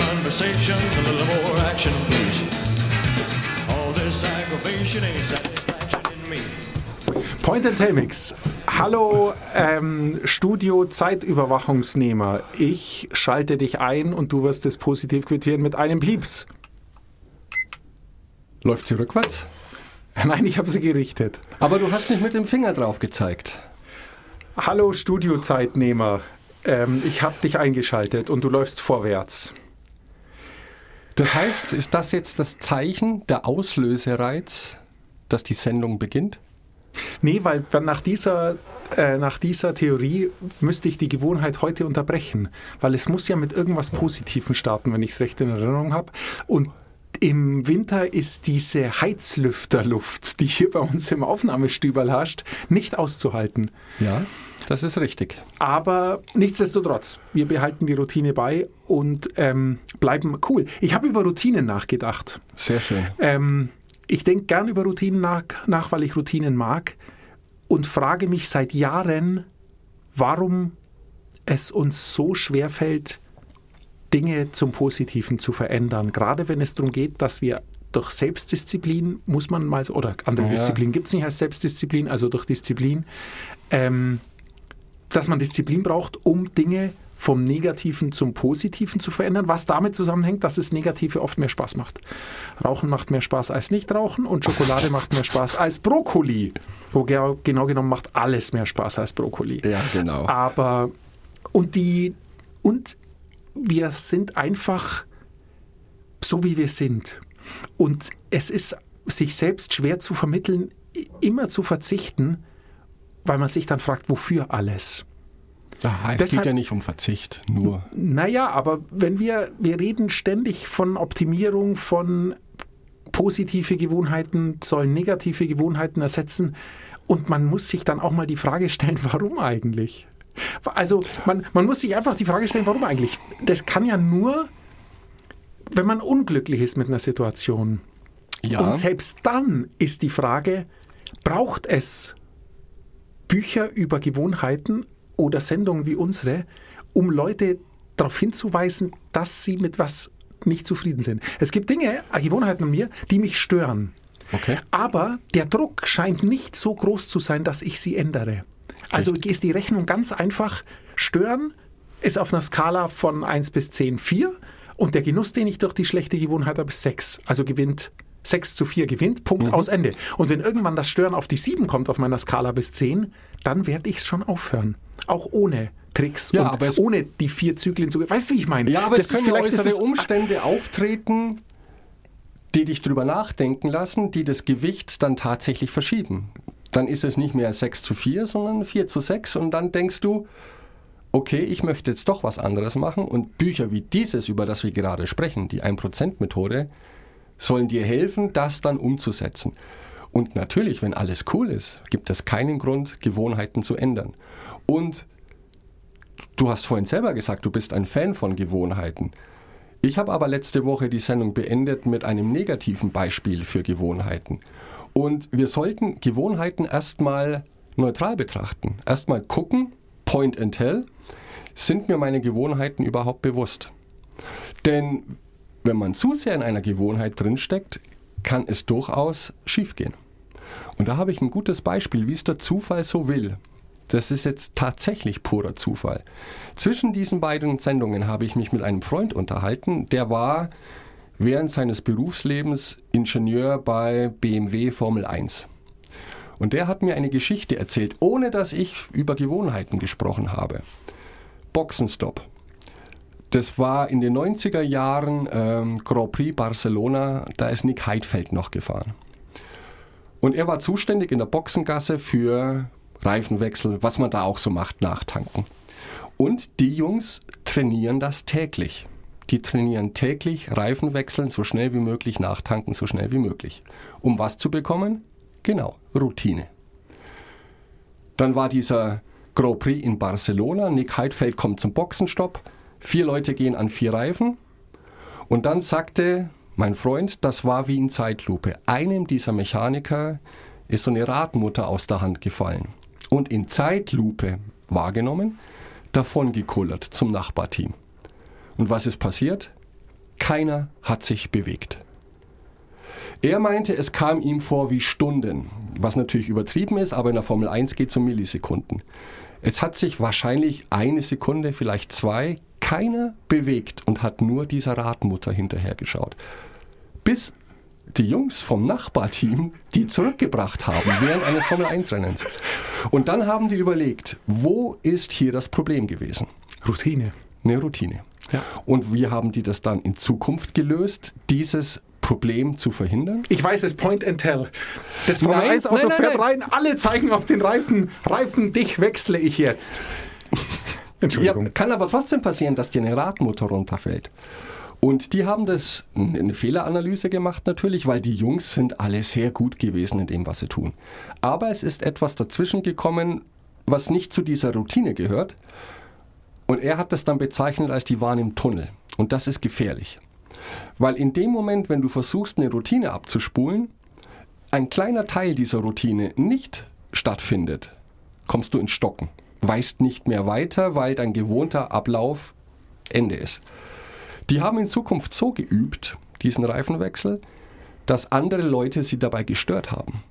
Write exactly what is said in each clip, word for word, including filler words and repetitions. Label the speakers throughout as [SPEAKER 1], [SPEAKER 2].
[SPEAKER 1] conversation, a little more action, please. All this aggravation ain't satisfaction in me.
[SPEAKER 2] Point and Tail Mix. Hallo ähm, Studio-Zeitüberwachungsnehmer. Ich schalte dich ein und du wirst es positiv quittieren mit einem Pieps.
[SPEAKER 3] Läuft sie rückwärts?
[SPEAKER 2] Nein, ich habe sie gerichtet.
[SPEAKER 3] Aber du hast nicht mit dem Finger drauf gezeigt.
[SPEAKER 2] Hallo Studiozeitnehmer. Ähm, ich habe dich eingeschaltet und du läufst vorwärts.
[SPEAKER 3] Das heißt, ist das jetzt das Zeichen, der Auslösereiz, dass die Sendung beginnt?
[SPEAKER 2] Nee, weil nach dieser, äh, nach dieser Theorie müsste ich die Gewohnheit heute unterbrechen. Weil es muss ja mit irgendwas Positivem starten, wenn ich es recht in Erinnerung habe. Und im Winter ist diese Heizlüfterluft, die hier bei uns im Aufnahmestüberl herrscht, nicht auszuhalten.
[SPEAKER 3] Ja, das ist richtig.
[SPEAKER 2] Aber nichtsdestotrotz, wir behalten die Routine bei und ähm, bleiben cool. Ich habe über Routinen nachgedacht.
[SPEAKER 3] Sehr schön.
[SPEAKER 2] Ähm, ich denke gern über Routinen nach, nach, weil ich Routinen mag und frage mich seit Jahren, warum es uns so schwerfällt, Dinge zum Positiven zu verändern. Gerade wenn es darum geht, dass wir durch Selbstdisziplin, muss man mal, oder andere
[SPEAKER 3] ja.
[SPEAKER 2] Disziplinen gibt es nicht als Selbstdisziplin, also durch Disziplin, ähm, dass man Disziplin braucht, um Dinge vom Negativen zum Positiven zu verändern, was damit zusammenhängt, dass es Negative oft mehr Spaß macht. Rauchen macht mehr Spaß als Nichtrauchen und Schokolade macht mehr Spaß als Brokkoli. Wo genau genommen macht alles mehr Spaß als Brokkoli.
[SPEAKER 3] Ja, genau.
[SPEAKER 2] Aber, und die, und wir sind einfach so, wie wir sind. Und es ist sich selbst schwer zu vermitteln, immer zu verzichten, weil man sich dann fragt, wofür alles?
[SPEAKER 3] Ja, es
[SPEAKER 2] Deshalb,
[SPEAKER 3] geht ja nicht um Verzicht, nur.
[SPEAKER 2] Naja, aber wenn wir, wir reden ständig von Optimierung, von positive Gewohnheiten sollen negative Gewohnheiten ersetzen und man muss sich dann auch mal die Frage stellen, warum eigentlich? Also man, man muss sich einfach die Frage stellen, warum eigentlich? Das kann ja nur, wenn man unglücklich ist mit einer Situation.
[SPEAKER 3] Ja.
[SPEAKER 2] Und selbst dann ist die Frage, braucht es Bücher über Gewohnheiten oder Sendungen wie unsere, um Leute darauf hinzuweisen, dass sie mit was nicht zufrieden sind. Es gibt Dinge, Gewohnheiten an mir, die mich stören.
[SPEAKER 3] Okay.
[SPEAKER 2] Aber der Druck scheint nicht so groß zu sein, dass ich sie ändere. Also Richtig. Ist die Rechnung ganz einfach. Stören ist auf einer Skala von eins bis zehn vier und der Genuss, den ich durch die schlechte Gewohnheit habe, ist sechs. Also gewinnt sechs zu vier gewinnt, Punkt, mhm. aus Ende. Und wenn irgendwann das Stören auf die sieben kommt auf meiner Skala bis zehn, dann werde ich es schon aufhören. Auch ohne Tricks
[SPEAKER 3] ja,
[SPEAKER 2] und
[SPEAKER 3] aber
[SPEAKER 2] ohne die vier Zyklen zu... Weißt du, wie ich meine?
[SPEAKER 3] Ja, aber
[SPEAKER 2] das
[SPEAKER 3] es können
[SPEAKER 2] vielleicht
[SPEAKER 3] äußere
[SPEAKER 2] ist
[SPEAKER 3] Umstände auftreten, die dich drüber nachdenken lassen, die das Gewicht dann tatsächlich verschieben. Dann ist es nicht mehr sechs zu vier, sondern vier zu sechs und dann denkst du, okay, ich möchte jetzt doch was anderes machen und Bücher wie dieses, über das wir gerade sprechen, die ein Prozent Methode, sollen dir helfen, das dann umzusetzen. Und natürlich, wenn alles cool ist, gibt es keinen Grund, Gewohnheiten zu ändern. Und du hast vorhin selber gesagt, du bist ein Fan von Gewohnheiten. Ich habe aber letzte Woche die Sendung beendet mit einem negativen Beispiel für Gewohnheiten. Und wir sollten Gewohnheiten erstmal neutral betrachten. Erstmal gucken, Point and Tell, sind mir meine Gewohnheiten überhaupt bewusst? Denn wenn man zu sehr in einer Gewohnheit drinsteckt, kann es durchaus schiefgehen. Und da habe ich ein gutes Beispiel, wie es der Zufall so will. Das ist jetzt tatsächlich purer Zufall. Zwischen diesen beiden Sendungen habe ich mich mit einem Freund unterhalten, der war während seines Berufslebens Ingenieur bei B M W Formel eins. Und der hat mir eine Geschichte erzählt, ohne dass ich über Gewohnheiten gesprochen habe. Boxenstopp. Das war in den neunziger Jahren ähm, Grand Prix Barcelona, da ist Nick Heidfeld noch gefahren. Und er war zuständig in der Boxengasse für Reifenwechsel, was man da auch so macht, nachtanken. Und die Jungs trainieren das täglich. Die trainieren täglich Reifenwechseln, so schnell wie möglich, nachtanken, so schnell wie möglich. Um was zu bekommen? Genau, Routine. Dann war dieser Grand Prix in Barcelona, Nick Heidfeld kommt zum Boxenstopp, vier Leute gehen an vier Reifen und dann sagte mein Freund, das war wie in Zeitlupe. Einem dieser Mechaniker ist so eine Radmutter aus der Hand gefallen und in Zeitlupe wahrgenommen, davon gekullert zum Nachbarteam. Und was ist passiert? keiner hat sich bewegt. Er meinte, es kam ihm vor wie Stunden, was natürlich übertrieben ist, aber in der Formel eins geht es um Millisekunden. Es hat sich wahrscheinlich eine Sekunde, vielleicht zwei, keiner bewegt und hat nur dieser Radmutter hinterhergeschaut. Bis die Jungs vom Nachbarteam die zurückgebracht haben während eines Formel eins Rennens. Und dann haben die überlegt, wo ist hier das Problem gewesen?
[SPEAKER 2] Routine.
[SPEAKER 3] Eine Routine.
[SPEAKER 2] Ja.
[SPEAKER 3] Und wie haben die das dann in Zukunft gelöst, dieses Problem zu verhindern?
[SPEAKER 2] Ich weiß es, Point and Tell. Das Formel
[SPEAKER 3] Nein,
[SPEAKER 2] eins Auto
[SPEAKER 3] nein, nein,
[SPEAKER 2] fährt
[SPEAKER 3] nein.
[SPEAKER 2] rein, alle zeigen auf den Reifen. Reifen, dich wechsle ich jetzt.
[SPEAKER 3] Ja,
[SPEAKER 2] Entschuldigung.
[SPEAKER 3] kann aber trotzdem passieren, dass dir eine Radmutter runterfällt. Und die haben das, eine Fehleranalyse gemacht natürlich, weil die Jungs sind alle sehr gut gewesen in dem, was sie tun. Aber es ist etwas dazwischen gekommen, was nicht zu dieser Routine gehört. Und er hat das dann bezeichnet, als die waren im Tunnel. Und das ist gefährlich. Weil in dem Moment, wenn du versuchst, eine Routine abzuspulen, ein kleiner Teil dieser Routine nicht stattfindet, kommst du ins Stocken. Weißt nicht mehr weiter, weil dein gewohnter Ablauf Ende ist. Die haben in Zukunft so geübt, diesen Reifenwechsel, dass andere Leute sie dabei gestört haben.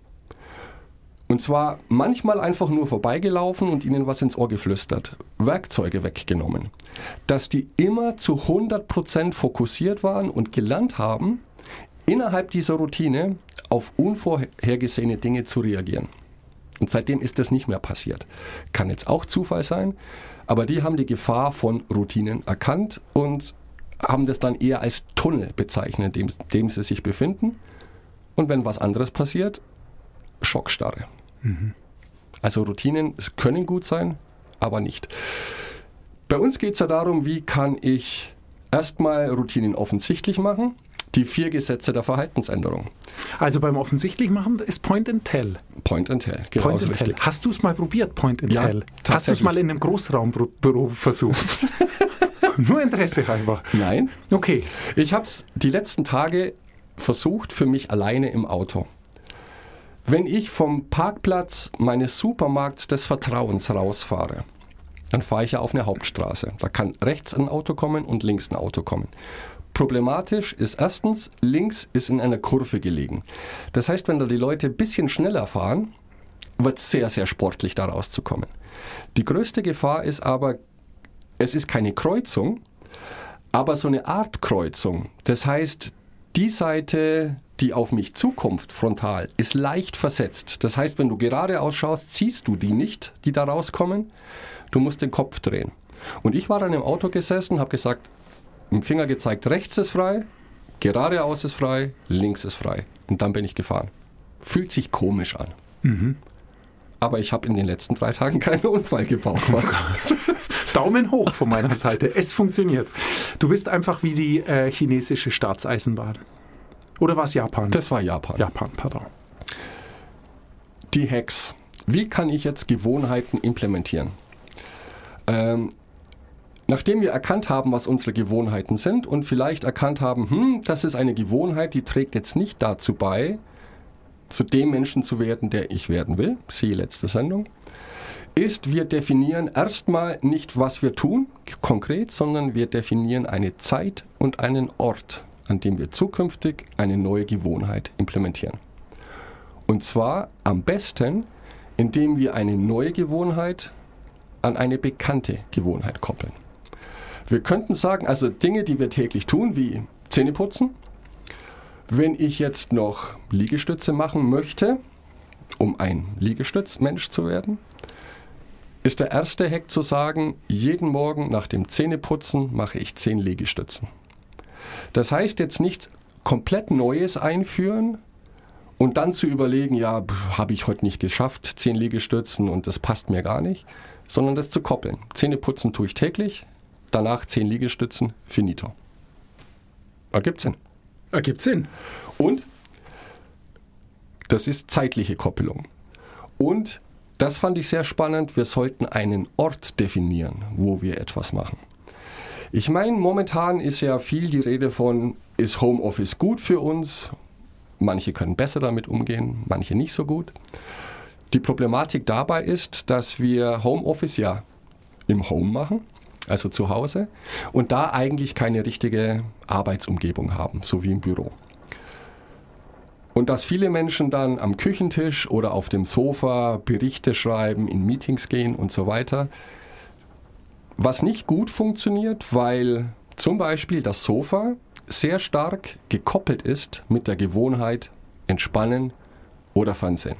[SPEAKER 3] Und zwar manchmal einfach nur vorbeigelaufen und ihnen was ins Ohr geflüstert, Werkzeuge weggenommen. Dass die immer zu hundert Prozent fokussiert waren und gelernt haben, innerhalb dieser Routine auf unvorhergesehene Dinge zu reagieren. Und seitdem ist das nicht mehr passiert. Kann jetzt auch Zufall sein, aber die haben die Gefahr von Routinen erkannt und haben das dann eher als Tunnel bezeichnet, in dem, dem sie sich befinden. Und wenn was anderes passiert, Schockstarre. Mhm. Also Routinen können gut sein, aber nicht. Bei uns geht es ja darum, wie kann ich erstmal Routinen offensichtlich machen. Die vier Gesetze der Verhaltensänderung.
[SPEAKER 2] Also beim offensichtlich machen ist Point and Tell.
[SPEAKER 3] Point and Tell, genau
[SPEAKER 2] Point and
[SPEAKER 3] richtig.
[SPEAKER 2] Tell. Hast du es mal probiert, Point and
[SPEAKER 3] Ja,
[SPEAKER 2] Tell? Hast du es
[SPEAKER 3] tatsächlich.
[SPEAKER 2] mal in einem Großraumbüro versucht? Nur Interesse halber.
[SPEAKER 3] Nein,
[SPEAKER 2] Okay.
[SPEAKER 3] ich habe es die letzten Tage versucht für mich alleine im Auto. Wenn ich vom Parkplatz meines Supermarkts des Vertrauens rausfahre, dann fahre ich ja auf eine Hauptstraße. Da kann rechts ein Auto kommen und links ein Auto kommen. Problematisch ist erstens, links ist in einer Kurve gelegen. Das heißt, wenn da die Leute ein bisschen schneller fahren, wird es sehr, sehr sportlich, da rauszukommen. Die größte Gefahr ist aber, es ist keine Kreuzung, aber so eine Art Kreuzung. Das heißt, die Seite, die auf mich zukommt, frontal, ist leicht versetzt. Das heißt, wenn du geradeaus schaust, siehst du die nicht, die da rauskommen. Du musst den Kopf drehen. Und ich war dann im Auto gesessen, habe gesagt, mit dem Finger gezeigt, rechts ist frei, geradeaus ist frei, links ist frei. Und dann bin ich gefahren. Fühlt sich komisch an. Mhm. Aber ich habe in den letzten drei Tagen keinen Unfall gebaut. Was?
[SPEAKER 2] Daumen hoch von meiner Seite. Es funktioniert. Du bist einfach wie die äh, chinesische Staatseisenbahn. Oder war es Japan?
[SPEAKER 3] Das war Japan.
[SPEAKER 2] Japan, pardon.
[SPEAKER 3] Die Hacks. Wie kann ich jetzt Gewohnheiten implementieren? Ähm, nachdem wir erkannt haben, was unsere Gewohnheiten sind und vielleicht erkannt haben, hm, das ist eine Gewohnheit, die trägt jetzt nicht dazu bei, zu dem Menschen zu werden, der ich werden will, siehe letzte Sendung, ist, wir definieren erstmal nicht, was wir tun, konkret, sondern wir definieren eine Zeit und einen Ort, an dem wir zukünftig eine neue Gewohnheit implementieren. Und zwar am besten, indem wir eine neue Gewohnheit an eine bekannte Gewohnheit koppeln. Wir könnten sagen, also Dinge, die wir täglich tun, wie Zähneputzen. Wenn ich jetzt noch Liegestütze machen möchte, um ein Liegestützmensch zu werden, ist der erste Hack zu sagen, jeden Morgen nach dem Zähneputzen mache ich zehn Liegestützen. Das heißt jetzt nicht komplett Neues einführen und dann zu überlegen, ja, habe ich heute nicht geschafft, zehn Liegestützen und das passt mir gar nicht, sondern das zu koppeln. Zähneputzen tue ich täglich, danach zehn Liegestützen, finito. Ergibt Sinn.
[SPEAKER 2] Ergibt Sinn.
[SPEAKER 3] Und das ist zeitliche Koppelung. Und das fand ich sehr spannend, wir sollten einen Ort definieren, wo wir etwas machen. Ich meine, momentan ist ja viel die Rede von, ist Homeoffice gut für uns? Manche können besser damit umgehen, manche nicht so gut. Die Problematik dabei ist, dass wir Homeoffice ja im Home machen, also zu Hause, und da eigentlich keine richtige Arbeitsumgebung haben, so wie im Büro. Und dass viele Menschen dann am Küchentisch oder auf dem Sofa Berichte schreiben, in Meetings gehen und so weiter, was nicht gut funktioniert, weil zum Beispiel das Sofa sehr stark gekoppelt ist mit der Gewohnheit Entspannen oder Fernsehen.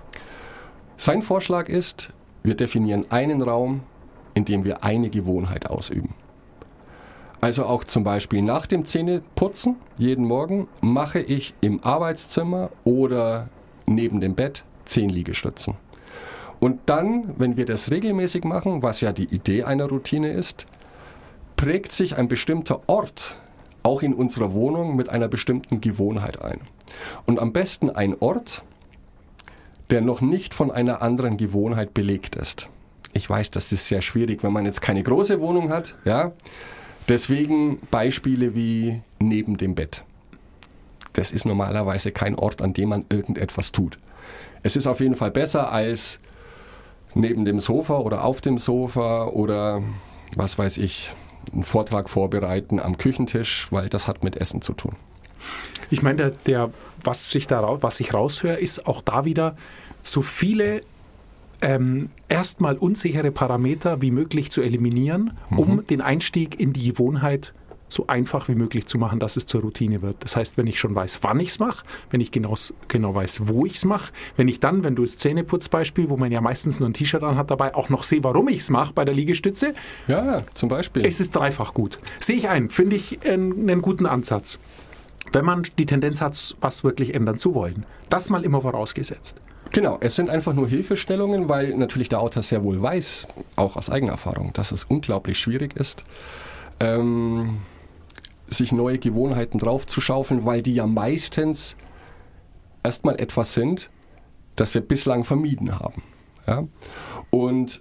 [SPEAKER 3] Sein Vorschlag ist, wir definieren einen Raum, in dem wir eine Gewohnheit ausüben. Also auch zum Beispiel nach dem Zähneputzen jeden Morgen mache ich im Arbeitszimmer oder neben dem Bett zehn Liegestützen. Und dann, wenn wir das regelmäßig machen, was ja die Idee einer Routine ist, prägt sich ein bestimmter Ort auch in unserer Wohnung mit einer bestimmten Gewohnheit ein. Und am besten ein Ort, der noch nicht von einer anderen Gewohnheit belegt ist. Ich weiß, das ist sehr schwierig, wenn man jetzt keine große Wohnung hat, ja. Deswegen Beispiele wie neben dem Bett. Das ist normalerweise kein Ort, an dem man irgendetwas tut. Es ist auf jeden Fall besser als neben dem Sofa oder auf dem Sofa oder, was weiß ich, einen Vortrag vorbereiten am Küchentisch, weil das hat mit Essen zu tun.
[SPEAKER 2] Ich meine, der, der, was, sich da, was ich raushöre, ist auch da wieder so viele ähm, erstmal unsichere Parameter wie möglich zu eliminieren, mhm. um den Einstieg in die Gewohnheit so einfach wie möglich zu machen, dass es zur Routine wird. Das heißt, wenn ich schon weiß, wann ich es mache, wenn ich genau, genau weiß, wo ich es mache, wenn ich dann, wenn du das Zähneputzbeispiel, wo man ja meistens nur ein T-Shirt an hat dabei, auch noch sehe, warum ich es mache bei der Liegestütze.
[SPEAKER 3] Ja, zum Beispiel.
[SPEAKER 2] Es ist dreifach gut. Sehe ich ein, finde ich einen, einen guten Ansatz. Wenn man die Tendenz hat, was wirklich ändern zu wollen. Das mal immer vorausgesetzt.
[SPEAKER 3] Genau, es sind einfach nur Hilfestellungen, weil natürlich der Autor sehr wohl weiß, auch aus Eigenerfahrung, dass es unglaublich schwierig ist, ähm, sich neue Gewohnheiten draufzuschaufeln, weil die ja meistens erstmal etwas sind, das wir bislang vermieden haben. Ja? Und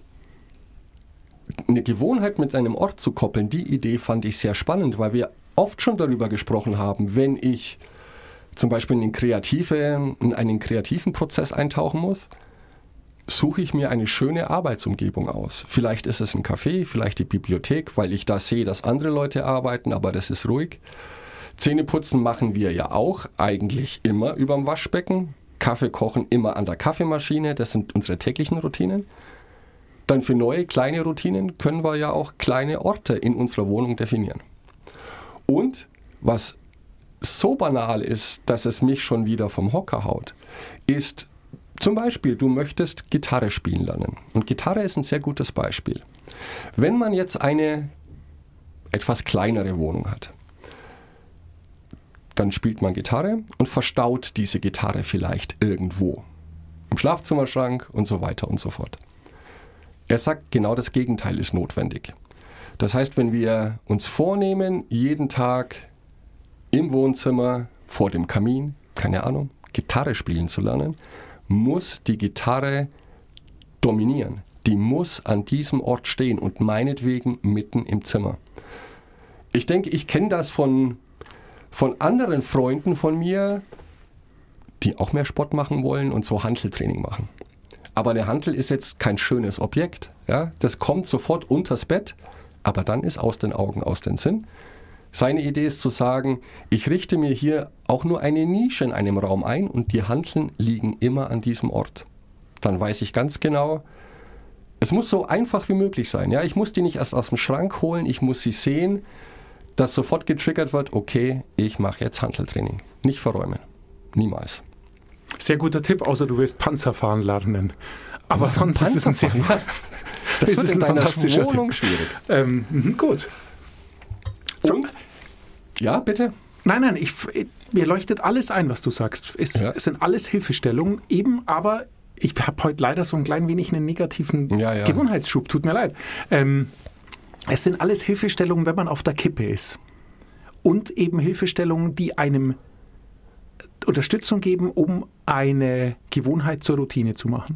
[SPEAKER 3] eine Gewohnheit mit einem Ort zu koppeln, die Idee fand ich sehr spannend, weil wir oft schon darüber gesprochen haben, wenn ich zum Beispiel in, den kreative, in einen kreativen Prozess eintauchen muss, suche ich mir eine schöne Arbeitsumgebung aus. Vielleicht ist es ein Café, vielleicht die Bibliothek, weil ich da sehe, dass andere Leute arbeiten, aber das ist ruhig. Zähneputzen machen wir ja auch eigentlich immer überm Waschbecken. Kaffee kochen immer an der Kaffeemaschine, das sind unsere täglichen Routinen. Dann für neue kleine Routinen können wir ja auch kleine Orte in unserer Wohnung definieren. Und was so banal ist, dass es mich schon wieder vom Hocker haut, ist zum Beispiel, du möchtest Gitarre spielen lernen. Und Gitarre ist ein sehr gutes Beispiel. Wenn man jetzt eine etwas kleinere Wohnung hat, dann spielt man Gitarre und verstaut diese Gitarre vielleicht irgendwo. Im Schlafzimmerschrank und so weiter und so fort. Er sagt, genau das Gegenteil ist notwendig. Das heißt, wenn wir uns vornehmen, jeden Tag im Wohnzimmer, vor dem Kamin, keine Ahnung, Gitarre spielen zu lernen, muss die Gitarre dominieren. Die muss an diesem Ort stehen und meinetwegen mitten im Zimmer. Ich denke, ich kenne das von, von anderen Freunden von mir, die auch mehr Sport machen wollen und so Hanteltraining machen. Aber eine Hantel ist jetzt kein schönes Objekt. Ja? Das kommt sofort unters Bett, aber dann ist aus den Augen, aus den Sinn. Seine Idee ist zu sagen, ich richte mir hier auch nur eine Nische in einem Raum ein und die Hanteln liegen immer an diesem Ort. Dann weiß ich ganz genau, es muss so einfach wie möglich sein. Ja? Ich muss die nicht erst aus dem Schrank holen, ich muss sie sehen, dass sofort getriggert wird, okay, ich mache jetzt Hanteltraining. Nicht verräumen. Niemals.
[SPEAKER 2] Sehr guter Tipp, außer du willst Panzer fahren lernen. Aber ja, sonst ist es ein sehr...
[SPEAKER 3] Ja. Das wird in deiner Wohnung schwierig.
[SPEAKER 2] Ähm, gut.
[SPEAKER 3] Und? Ja, bitte?
[SPEAKER 2] Nein, nein, ich, mir leuchtet alles ein, was du sagst. Es, ja. es sind alles Hilfestellungen, eben aber ich habe heute leider so ein klein wenig einen negativen ja, ja. Gewohnheitsschub, tut mir leid. Ähm, es sind alles Hilfestellungen, wenn man auf der Kippe ist. Und eben Hilfestellungen, die einem Unterstützung geben, um eine Gewohnheit zur Routine zu machen.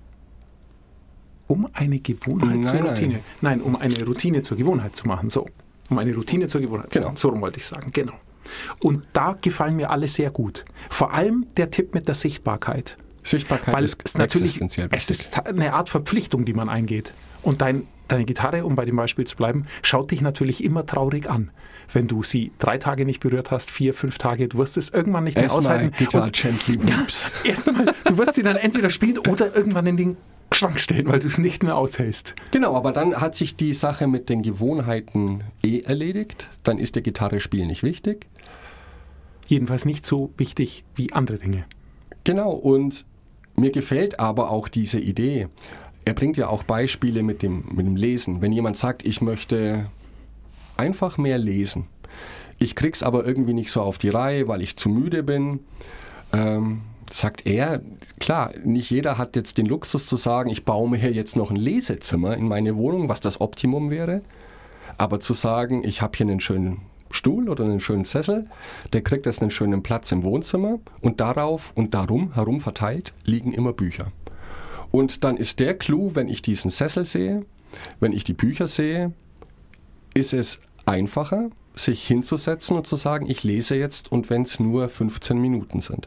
[SPEAKER 2] Um eine Gewohnheit
[SPEAKER 3] nein,
[SPEAKER 2] zur Routine.
[SPEAKER 3] Nein.
[SPEAKER 2] nein, um eine Routine zur Gewohnheit zu machen. So. Um eine Routine zur Gewohnheit zu
[SPEAKER 3] genau.
[SPEAKER 2] machen. So rum wollte ich sagen. Genau. Und da gefallen mir alle sehr gut. Vor allem der Tipp mit der Sichtbarkeit.
[SPEAKER 3] Sichtbarkeit
[SPEAKER 2] Weil
[SPEAKER 3] ist
[SPEAKER 2] es natürlich,
[SPEAKER 3] existenziell wichtig.
[SPEAKER 2] Es ist eine Art Verpflichtung, die man eingeht. Und dein deine Gitarre, um bei dem Beispiel zu bleiben, schaut dich natürlich immer traurig an. Wenn du sie drei Tage nicht berührt hast, vier, fünf Tage, du wirst es irgendwann nicht mehr
[SPEAKER 3] Erstmal
[SPEAKER 2] aushalten.
[SPEAKER 3] Guitar
[SPEAKER 2] Und-
[SPEAKER 3] gently weeps.
[SPEAKER 2] Erstmal, du wirst sie dann entweder spielen oder irgendwann in den Schrank stellen, weil du es nicht mehr aushältst.
[SPEAKER 3] Genau, aber dann hat sich die Sache mit den Gewohnheiten eh erledigt. Dann ist der Gitarrespiel nicht wichtig.
[SPEAKER 2] Jedenfalls nicht so wichtig wie andere Dinge.
[SPEAKER 3] Genau, und mir gefällt aber auch diese Idee. Er bringt ja auch Beispiele mit dem, mit dem Lesen. Wenn jemand sagt, ich möchte einfach mehr lesen, ich krieg's aber irgendwie nicht so auf die Reihe, weil ich zu müde bin, ähm, sagt er, klar, nicht jeder hat jetzt den Luxus zu sagen, ich baue mir hier jetzt noch ein Lesezimmer in meine Wohnung, was das Optimum wäre. Aber zu sagen, ich habe hier einen schönen Stuhl oder einen schönen Sessel, der kriegt jetzt einen schönen Platz im Wohnzimmer und darauf und darum herum verteilt liegen immer Bücher. Und dann ist der Clou, wenn ich diesen Sessel sehe, wenn ich die Bücher sehe, ist es einfacher, sich hinzusetzen und zu sagen, ich lese jetzt und wenn es nur fünfzehn Minuten sind.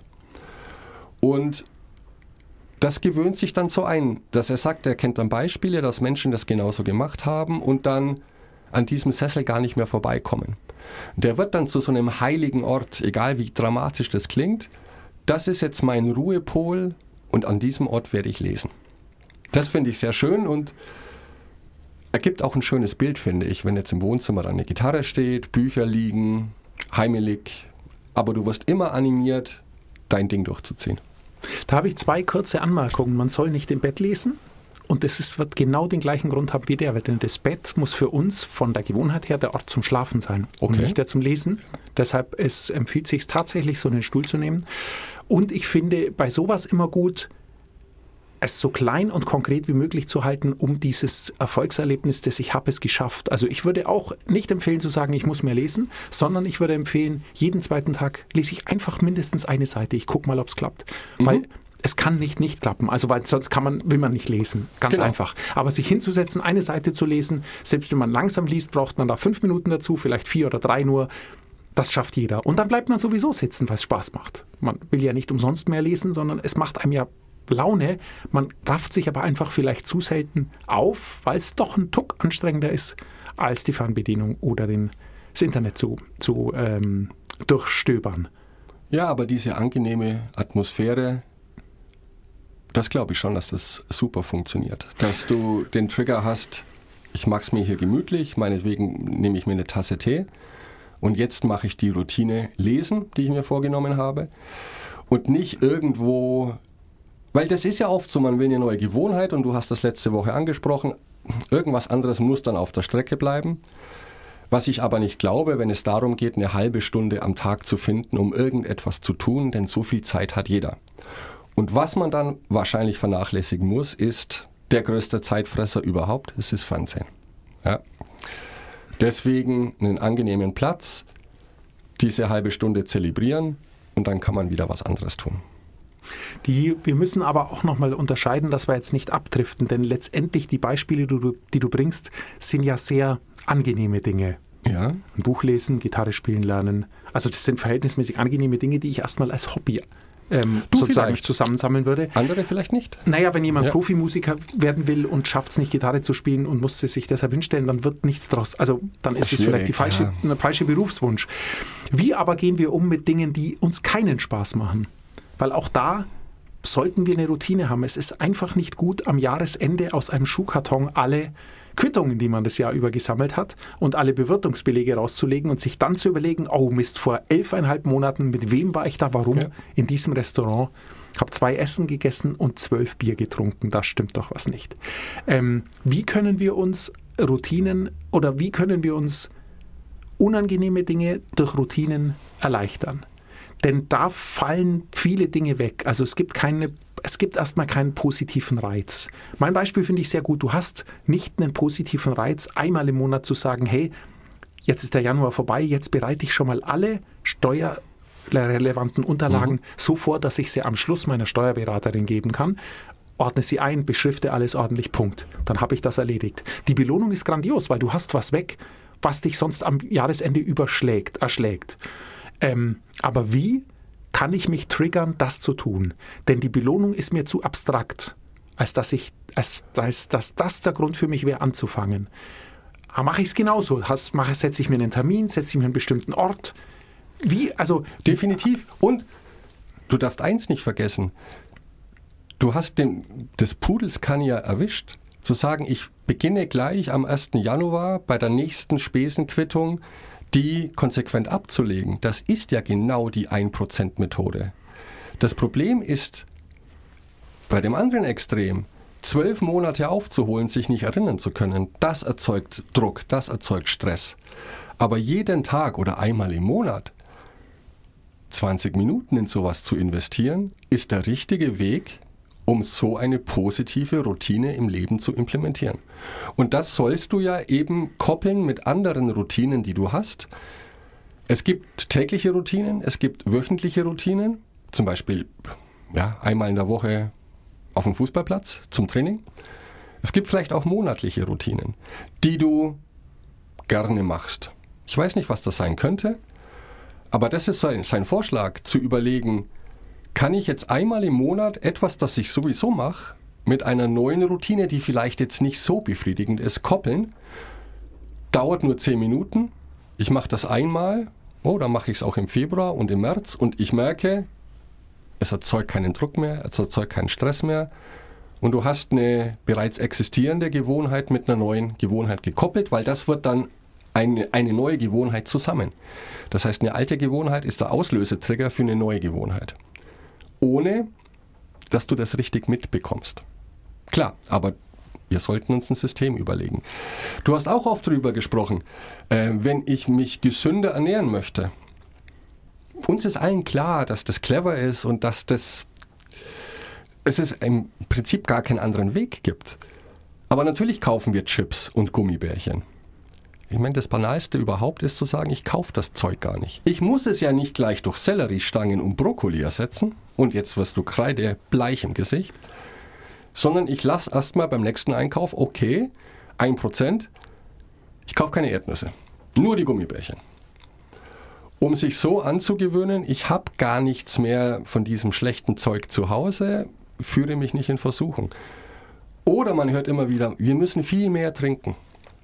[SPEAKER 3] Und das gewöhnt sich dann so ein, dass er sagt, er kennt dann Beispiele, dass Menschen das genauso gemacht haben und dann an diesem Sessel gar nicht mehr vorbeikommen. Der wird dann zu so einem heiligen Ort, egal wie dramatisch das klingt. Das ist jetzt mein Ruhepol und an diesem Ort werde ich lesen. Das finde ich sehr schön und ergibt auch ein schönes Bild, finde ich, wenn jetzt im Wohnzimmer dann eine Gitarre steht, Bücher liegen, heimelig, aber du wirst immer animiert, dein Ding durchzuziehen.
[SPEAKER 2] Da habe ich zwei kurze Anmerkungen. Man soll nicht im Bett lesen. Und das ist, wird genau den gleichen Grund haben wie der, weil denn das Bett muss für uns von der Gewohnheit her der Ort zum Schlafen sein und
[SPEAKER 3] Okay.
[SPEAKER 2] nicht der zum Lesen. Deshalb es empfiehlt sich tatsächlich, so einen Stuhl zu nehmen. Und ich finde bei sowas immer gut, es so klein und konkret wie möglich zu halten, um dieses Erfolgserlebnis, das ich habe, es geschafft. Also ich würde auch nicht empfehlen zu sagen, ich muss mehr lesen, sondern ich würde empfehlen, jeden zweiten Tag lese ich einfach mindestens eine Seite. Ich gucke mal, ob es klappt.
[SPEAKER 3] Mhm.
[SPEAKER 2] Weil es kann nicht nicht klappen, also weil sonst kann man, will man nicht lesen, ganz
[SPEAKER 3] Genau.
[SPEAKER 2] einfach. Aber sich hinzusetzen, eine Seite zu lesen, selbst wenn man langsam liest, braucht man da fünf Minuten dazu, vielleicht vier oder drei nur. Das schafft jeder. Und dann bleibt man sowieso sitzen, weil es Spaß macht. Man will ja nicht umsonst mehr lesen, sondern es macht einem ja Laune. Man rafft sich aber einfach vielleicht zu selten auf, weil es doch ein Tuck anstrengender ist, als die Fernbedienung oder den, das Internet zu, zu ähm, durchstöbern.
[SPEAKER 3] Ja, aber diese angenehme Atmosphäre, das glaube ich schon, dass das super funktioniert. Dass du den Trigger hast, ich mache es mir hier gemütlich, meinetwegen nehme ich mir eine Tasse Tee und jetzt mache ich die Routine Lesen, die ich mir vorgenommen habe und nicht irgendwo, weil das ist ja oft so, man will eine neue Gewohnheit und du hast das letzte Woche angesprochen, irgendwas anderes muss dann auf der Strecke bleiben. Was ich aber nicht glaube, wenn es darum geht, eine halbe Stunde am Tag zu finden, um irgendetwas zu tun, denn so viel Zeit hat jeder. Und was man dann wahrscheinlich vernachlässigen muss, ist der größte Zeitfresser überhaupt, das ist Fernsehen. Ja. Deswegen einen angenehmen Platz, diese halbe Stunde zelebrieren und dann kann man wieder was anderes tun.
[SPEAKER 2] Die, wir müssen aber auch nochmal unterscheiden, dass wir jetzt nicht abdriften, denn letztendlich die Beispiele, die du, die du bringst, sind ja sehr angenehme Dinge.
[SPEAKER 3] Ja.
[SPEAKER 2] Ein Buch lesen, Gitarre spielen lernen. Also das sind verhältnismäßig angenehme Dinge, die ich erstmal als Hobby ähm,
[SPEAKER 3] Du
[SPEAKER 2] sozusagen
[SPEAKER 3] vielleicht.
[SPEAKER 2] zusammensammeln würde.
[SPEAKER 3] Andere vielleicht nicht?
[SPEAKER 2] Naja, wenn jemand
[SPEAKER 3] Ja.
[SPEAKER 2] Profimusiker werden will und schafft es nicht, Gitarre zu spielen und muss sie sich deshalb hinstellen, dann wird nichts draus. Also dann ist es
[SPEAKER 3] Schwierig,
[SPEAKER 2] vielleicht die falsche,
[SPEAKER 3] ja.
[SPEAKER 2] ein falscher Berufswunsch. Wie aber gehen wir um mit Dingen, die uns keinen Spaß machen? Weil auch da sollten wir eine Routine haben. Es ist einfach nicht gut, am Jahresende aus einem Schuhkarton alle Quittungen, die man das Jahr über gesammelt hat, und alle Bewirtungsbelege rauszulegen und sich dann zu überlegen, oh Mist, vor elfeinhalb Monaten, mit wem war ich da, warum,
[SPEAKER 3] Ja.
[SPEAKER 2] in diesem Restaurant, habe zwei Essen gegessen und zwölf Bier getrunken, da stimmt doch was nicht. Ähm, wie können wir uns Routinen oder wie können wir uns unangenehme Dinge durch Routinen erleichtern? Denn da fallen viele Dinge weg. Also es gibt keine, es gibt erstmal keinen positiven Reiz. Mein Beispiel finde ich sehr gut. Du hast nicht einen positiven Reiz, einmal im Monat zu sagen, hey, jetzt ist der Januar vorbei, jetzt bereite ich schon mal alle steuerrelevanten Unterlagen
[SPEAKER 3] Mhm.
[SPEAKER 2] so vor, dass ich sie am Schluss meiner Steuerberaterin geben kann. Ordne sie ein, beschrifte alles ordentlich, Punkt. Dann habe ich das erledigt. Die Belohnung ist grandios, weil du hast was weg, was dich sonst am Jahresende überschlägt, erschlägt. Ähm, aber wie kann ich mich triggern, das zu tun? Denn die Belohnung ist mir zu abstrakt. als dass ich, als, als dass das der Grund für mich wäre, anzufangen. Aber mache ich es genauso. Has, mache, setze ich mir einen Termin, setze ich mir einen bestimmten Ort. Wie, also
[SPEAKER 3] Definitiv. Und du darfst eins nicht vergessen. Du hast den, des Pudels Kanja erwischt. Zu sagen, ich beginne gleich am ersten Januar bei der nächsten Spesenquittung, die konsequent abzulegen. Das ist ja genau die ein Prozent Methode. Das Problem ist, bei dem anderen Extrem, zwölf Monate aufzuholen, sich nicht erinnern zu können, das erzeugt Druck, das erzeugt Stress. Aber jeden Tag oder einmal im Monat zwanzig Minuten in sowas zu investieren, ist der richtige Weg, um so eine positive Routine im Leben zu implementieren. Und das sollst du ja eben koppeln mit anderen Routinen, die du hast. Es gibt tägliche Routinen, es gibt wöchentliche Routinen, zum Beispiel ja, einmal in der Woche auf dem Fußballplatz zum Training. Es gibt vielleicht auch monatliche Routinen, die du gerne machst. Ich weiß nicht, was das sein könnte, aber das ist sein, sein Vorschlag, zu überlegen, kann ich jetzt einmal im Monat etwas, das ich sowieso mache, mit einer neuen Routine, die vielleicht jetzt nicht so befriedigend ist, koppeln. Dauert nur zehn Minuten. Ich mache das einmal. Oh, dann mache ich es auch im Februar und im März. Und ich merke, es erzeugt keinen Druck mehr, es erzeugt keinen Stress mehr. Und du hast eine bereits existierende Gewohnheit mit einer neuen Gewohnheit gekoppelt, weil das wird dann eine, eine neue Gewohnheit zusammen. Das heißt, eine alte Gewohnheit ist der Auslösetrigger für eine neue Gewohnheit. Ohne, dass du das richtig mitbekommst. Klar, aber wir sollten uns ein System überlegen. Du hast auch oft darüber gesprochen, äh, wenn ich mich gesünder ernähren möchte. Uns ist allen klar, dass das clever ist und dass das, es ist im Prinzip gar keinen anderen Weg gibt. Aber natürlich kaufen wir Chips und Gummibärchen. Ich meine, das Banalste überhaupt ist zu sagen, ich kaufe das Zeug gar nicht. Ich muss es ja nicht gleich durch Selleriestangen und Brokkoli ersetzen und jetzt wirst du kreidebleich im Gesicht, sondern ich lasse erstmal beim nächsten Einkauf, okay, ein Prozent, ich kaufe keine Erdnüsse, nur die Gummibärchen. Um sich so anzugewöhnen, ich habe gar nichts mehr von diesem schlechten Zeug zu Hause, führe mich nicht in Versuchung. Oder man hört immer wieder, wir müssen viel mehr trinken.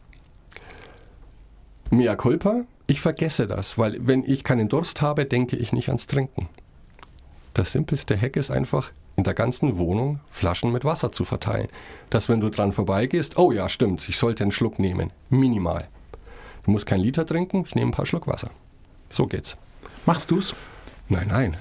[SPEAKER 3] Mea culpa, ich vergesse das, weil wenn ich keinen Durst habe, denke ich nicht ans Trinken. Das simpelste Hack ist einfach, in der ganzen Wohnung Flaschen mit Wasser zu verteilen. Dass wenn du dran vorbeigehst, oh ja, stimmt, ich sollte einen Schluck nehmen. Minimal. Du musst keinen Liter trinken, ich nehme ein paar Schluck Wasser. So geht's.
[SPEAKER 2] Machst du's?
[SPEAKER 3] Nein, nein.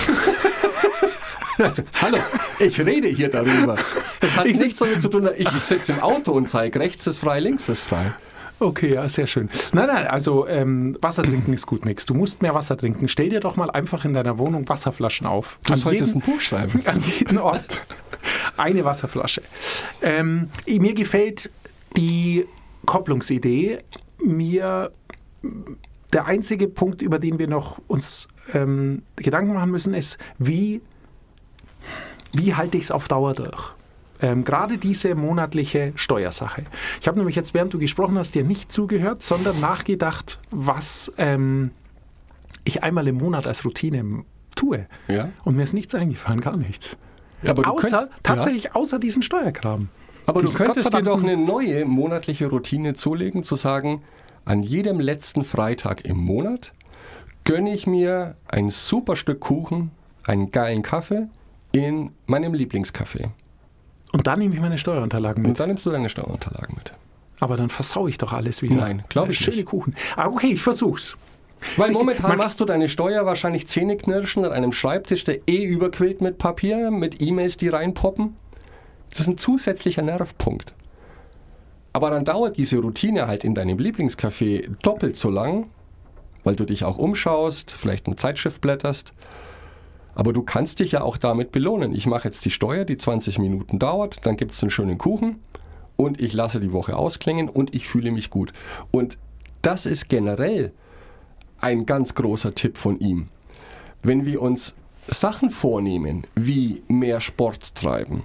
[SPEAKER 3] Hallo, ich rede hier darüber. Das hat nichts damit zu tun, ich sitze im Auto und zeige, rechts ist frei, links ist frei.
[SPEAKER 2] Okay, ja, sehr schön. Nein, nein, also ähm, Wasser trinken ist gut nichts. Du musst mehr Wasser trinken. Stell dir doch mal einfach in deiner Wohnung Wasserflaschen auf.
[SPEAKER 3] Du solltest ein Buch schreiben.
[SPEAKER 2] An jedem Ort eine Wasserflasche. Ähm, mir gefällt die Kopplungsidee. Mir der einzige Punkt, über den wir noch uns ähm, Gedanken machen müssen, ist, wie, wie halte ich es auf Dauer durch? Ähm, gerade diese monatliche Steuersache. Ich habe nämlich jetzt, während du gesprochen hast, dir nicht zugehört, sondern nachgedacht, was ähm, ich einmal im Monat als Routine tue.
[SPEAKER 3] Ja.
[SPEAKER 2] Und mir ist nichts eingefallen, gar nichts.
[SPEAKER 3] Ja, aber
[SPEAKER 2] außer,
[SPEAKER 3] könnt,
[SPEAKER 2] tatsächlich
[SPEAKER 3] ja.
[SPEAKER 2] außer diesen Steuerkram.
[SPEAKER 3] Aber
[SPEAKER 2] Diesen
[SPEAKER 3] du könntest dir doch
[SPEAKER 2] gottverdammten-
[SPEAKER 3] eine neue monatliche Routine zulegen, zu sagen, an jedem letzten Freitag im Monat gönne ich mir ein super Stück Kuchen, einen geilen Kaffee in meinem Lieblingscafé.
[SPEAKER 2] Und dann nehme ich meine Steuerunterlagen mit.
[SPEAKER 3] Und dann nimmst du deine Steuerunterlagen mit.
[SPEAKER 2] Aber dann versau ich doch alles wieder.
[SPEAKER 3] Nein, glaube ich
[SPEAKER 2] Schöne
[SPEAKER 3] nicht.
[SPEAKER 2] Kuchen. Ah, okay, ich versuch's.
[SPEAKER 3] Weil
[SPEAKER 2] Ich-
[SPEAKER 3] momentan
[SPEAKER 2] man-
[SPEAKER 3] machst du deine Steuer wahrscheinlich zähneknirschen an einem Schreibtisch, der eh überquillt mit Papier, mit E-Mails, die reinpoppen. Das ist ein zusätzlicher Nervpunkt. Aber dann dauert diese Routine halt in deinem Lieblingscafé doppelt so lang, weil du dich auch umschaust, vielleicht eine Zeitschrift blätterst. Aber du kannst dich ja auch damit belohnen. Ich mache jetzt die Steuer, die zwanzig Minuten dauert, dann gibt es einen schönen Kuchen und ich lasse die Woche ausklingen und ich fühle mich gut. Und das ist generell ein ganz großer Tipp von ihm. Wenn wir uns Sachen vornehmen, wie mehr Sport treiben,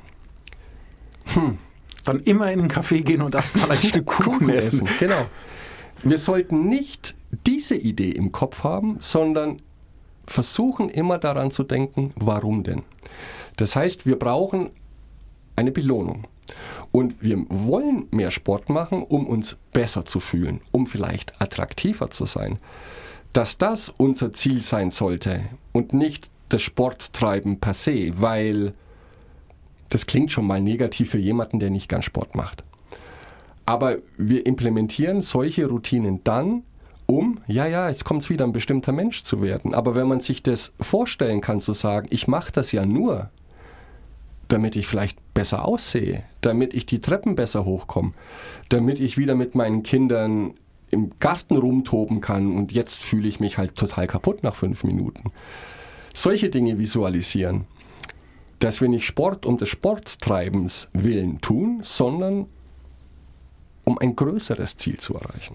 [SPEAKER 2] Dann immer in einen Café gehen und erstmal ein Stück Kuchen essen.
[SPEAKER 3] Genau. Wir sollten nicht diese Idee im Kopf haben, sondern versuchen immer daran zu denken, warum denn? Das heißt, wir brauchen eine Belohnung. Und wir wollen mehr Sport machen, um uns besser zu fühlen, um vielleicht attraktiver zu sein. Dass das unser Ziel sein sollte und nicht das Sporttreiben per se, weil das klingt schon mal negativ für jemanden, der nicht gern Sport macht. Aber wir implementieren solche Routinen dann, um, ja, ja, jetzt kommt es wieder, ein bestimmter Mensch zu werden. Aber wenn man sich das vorstellen kann, zu sagen, ich mache das ja nur, damit ich vielleicht besser aussehe, damit ich die Treppen besser hochkomme, damit ich wieder mit meinen Kindern im Garten rumtoben kann und jetzt fühle ich mich halt total kaputt nach fünf Minuten. Solche Dinge visualisieren, dass wir nicht Sport um des Sporttreibens willen tun, sondern um ein größeres Ziel zu erreichen.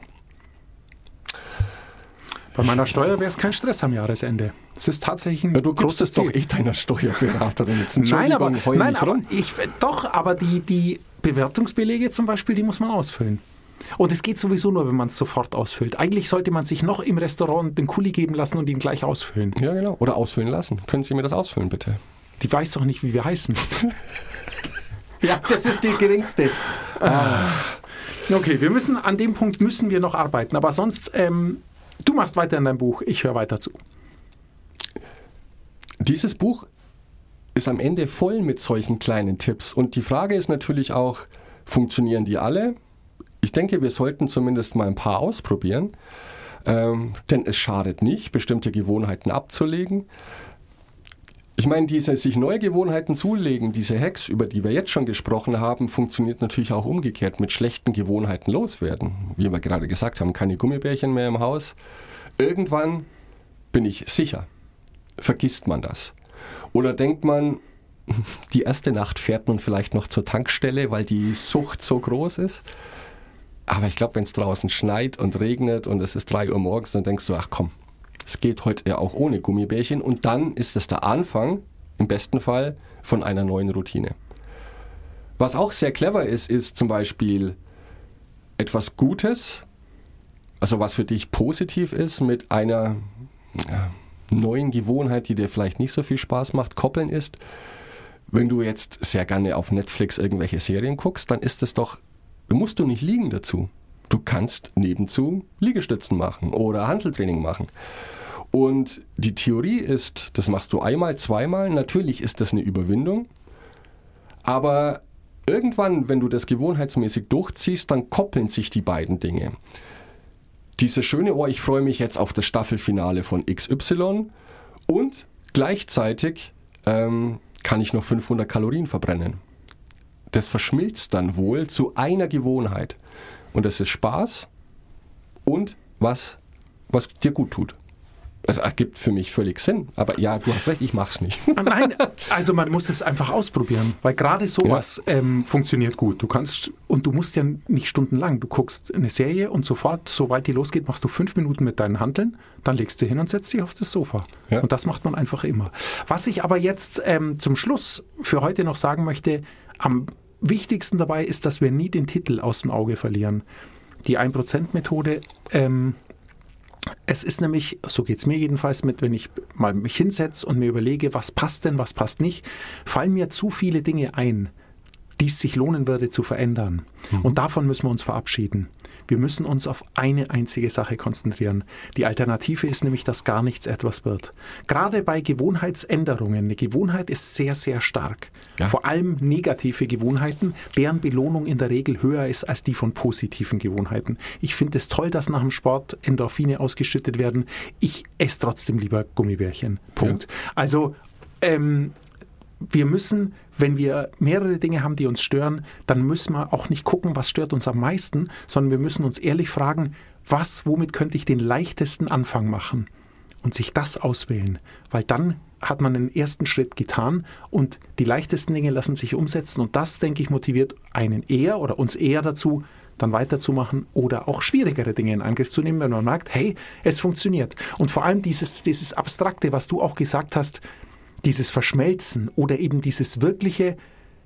[SPEAKER 2] Bei meiner Steuer wäre es kein Stress am Jahresende. Es ist tatsächlich ein
[SPEAKER 3] ja, du
[SPEAKER 2] großes
[SPEAKER 3] gibst es
[SPEAKER 2] Ziel.
[SPEAKER 3] doch echt deiner Steuerberaterin jetzt.
[SPEAKER 2] Nein, aber,
[SPEAKER 3] heul
[SPEAKER 2] nein,
[SPEAKER 3] nicht
[SPEAKER 2] aber
[SPEAKER 3] rum.
[SPEAKER 2] ich, doch, aber die, die Bewertungsbelege zum Beispiel, die muss man ausfüllen. Und es geht sowieso nur, wenn man es sofort ausfüllt. Eigentlich sollte man sich noch im Restaurant den Kuli geben lassen und ihn gleich ausfüllen.
[SPEAKER 3] Ja, genau. Oder ausfüllen lassen. Können Sie mir das ausfüllen, bitte?
[SPEAKER 2] Die weiß doch nicht, wie wir heißen.
[SPEAKER 3] Ja, das ist die geringste.
[SPEAKER 2] Ah. Okay, wir müssen, an dem Punkt müssen wir noch arbeiten. Aber sonst, ähm, du machst weiter in deinem Buch, ich höre weiter zu.
[SPEAKER 3] Dieses Buch ist am Ende voll mit solchen kleinen Tipps. Und die Frage ist natürlich auch, funktionieren die alle? Ich denke, wir sollten zumindest mal ein paar ausprobieren. Ähm, denn es schadet nicht, bestimmte Gewohnheiten abzulegen. Ich meine, diese sich neue Gewohnheiten zulegen, diese Hacks, über die wir jetzt schon gesprochen haben, funktioniert natürlich auch umgekehrt mit schlechten Gewohnheiten loswerden. Wie wir gerade gesagt haben, keine Gummibärchen mehr im Haus. Irgendwann, bin ich sicher, vergisst man das. Oder denkt man, die erste Nacht fährt man vielleicht noch zur Tankstelle, weil die Sucht so groß ist. Aber ich glaube, wenn es draußen schneit und regnet und es ist drei Uhr morgens, dann denkst du, ach komm, es geht heute ja auch ohne Gummibärchen. Und dann ist es der Anfang, im besten Fall, von einer neuen Routine. Was auch sehr clever ist, ist zum Beispiel etwas Gutes, also was für dich positiv ist, mit einer ja, neuen Gewohnheit, die dir vielleicht nicht so viel Spaß macht, koppeln ist. Wenn du jetzt sehr gerne auf Netflix irgendwelche Serien guckst, dann ist es doch, musst du nicht liegen dazu. Du kannst nebenzu Liegestützen machen oder Hanteltraining machen. Und die Theorie ist, das machst du einmal, zweimal, natürlich ist das eine Überwindung, aber irgendwann, wenn du das gewohnheitsmäßig durchziehst, dann koppeln sich die beiden Dinge. Diese schöne, oh, ich freue mich jetzt auf das Staffelfinale von X Y und gleichzeitig ähm, kann ich noch fünfhundert Kalorien verbrennen. Das verschmilzt dann wohl zu einer Gewohnheit. Und das ist Spaß und was, was dir gut tut. Das ergibt für mich völlig Sinn. Aber ja, du hast recht, ich mach's nicht.
[SPEAKER 2] Nein, also man muss es einfach ausprobieren, weil gerade sowas ja. ähm, funktioniert gut. Du kannst, und du musst ja nicht stundenlang, du guckst eine Serie und sofort, sobald die losgeht, machst du fünf Minuten mit deinen Hanteln, dann legst du hin und setzt dich auf das Sofa. Ja. Und das macht man einfach immer. Was ich aber jetzt ähm, zum Schluss für heute noch sagen möchte, am wichtigsten dabei ist, dass wir nie den Titel aus dem Auge verlieren. Die ein Prozent Methode, ähm, es ist nämlich, so geht es mir jedenfalls mit, wenn ich mal mich hinsetze und mir überlege, was passt denn, was passt nicht, fallen mir zu viele Dinge ein, die es sich lohnen würde zu verändern. Mhm. Und davon müssen wir uns verabschieden. Wir müssen uns auf eine einzige Sache konzentrieren. Die Alternative ist nämlich, dass gar nichts etwas wird. Gerade bei Gewohnheitsänderungen. Eine Gewohnheit ist sehr, sehr stark. Ja. Vor allem negative Gewohnheiten, deren Belohnung in der Regel höher ist als die von positiven Gewohnheiten. Ich finde es toll, dass nach dem Sport Endorphine ausgeschüttet werden. Ich esse trotzdem lieber Gummibärchen. Punkt. Ja. Also, ähm, wir müssen, wenn wir mehrere Dinge haben, die uns stören, dann müssen wir auch nicht gucken, was stört uns am meisten, sondern wir müssen uns ehrlich fragen, was, womit könnte ich den leichtesten Anfang machen? Und sich das auswählen, weil dann hat man den ersten Schritt getan und die leichtesten Dinge lassen sich umsetzen und das, denke ich, motiviert einen eher oder uns eher dazu, dann weiterzumachen oder auch schwierigere Dinge in Angriff zu nehmen, wenn man merkt, hey, es funktioniert. Und vor allem dieses, dieses Abstrakte, was du auch gesagt hast, dieses Verschmelzen oder eben dieses wirkliche,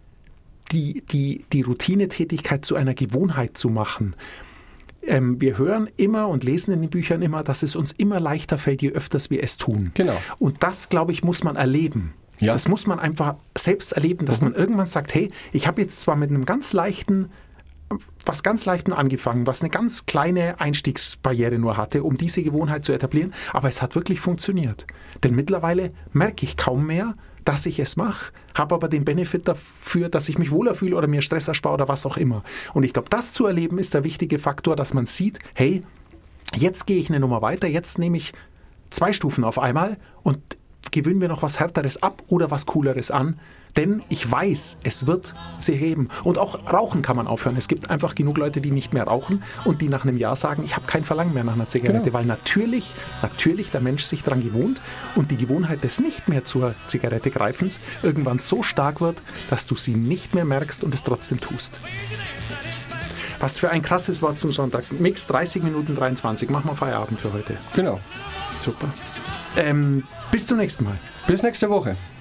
[SPEAKER 2] die, die, die Routinetätigkeit zu einer Gewohnheit zu machen. Ähm, wir hören immer und lesen in den Büchern immer, dass es uns immer leichter fällt, je öfters wir es tun.
[SPEAKER 3] Genau.
[SPEAKER 2] Und das, glaube ich, muss man erleben.
[SPEAKER 3] Ja.
[SPEAKER 2] Das muss man einfach selbst erleben, dass
[SPEAKER 3] Mhm.
[SPEAKER 2] man irgendwann sagt, hey, ich habe jetzt zwar mit einem ganz leichten, was ganz Leichtem angefangen, was eine ganz kleine Einstiegsbarriere nur hatte, um diese Gewohnheit zu etablieren, aber es hat wirklich funktioniert. Denn mittlerweile merke ich kaum mehr, dass ich es mache, habe aber den Benefit dafür, dass ich mich wohler fühle oder mir Stress erspare oder was auch immer. Und ich glaube, das zu erleben ist der wichtige Faktor, dass man sieht, hey, jetzt gehe ich eine Nummer weiter, jetzt nehme ich zwei Stufen auf einmal und gewöhnen wir noch was Härteres ab oder was Cooleres an, denn ich weiß, es wird sich heben. Und auch Rauchen kann man aufhören. Es gibt einfach genug Leute, die nicht mehr rauchen und die nach einem Jahr sagen, ich habe kein Verlangen mehr nach einer Zigarette,
[SPEAKER 3] Genau.
[SPEAKER 2] weil natürlich, natürlich der Mensch sich daran gewohnt und die Gewohnheit des nicht mehr zur Zigarette greifens irgendwann so stark wird, dass du sie nicht mehr merkst und es trotzdem tust. Was für ein krasses Wort zum Sonntag. Mix dreißig Minuten dreiundzwanzig. Machen wir Feierabend für heute.
[SPEAKER 3] Genau.
[SPEAKER 2] Super. Ähm, bis zum nächsten Mal.
[SPEAKER 3] Bis nächste Woche.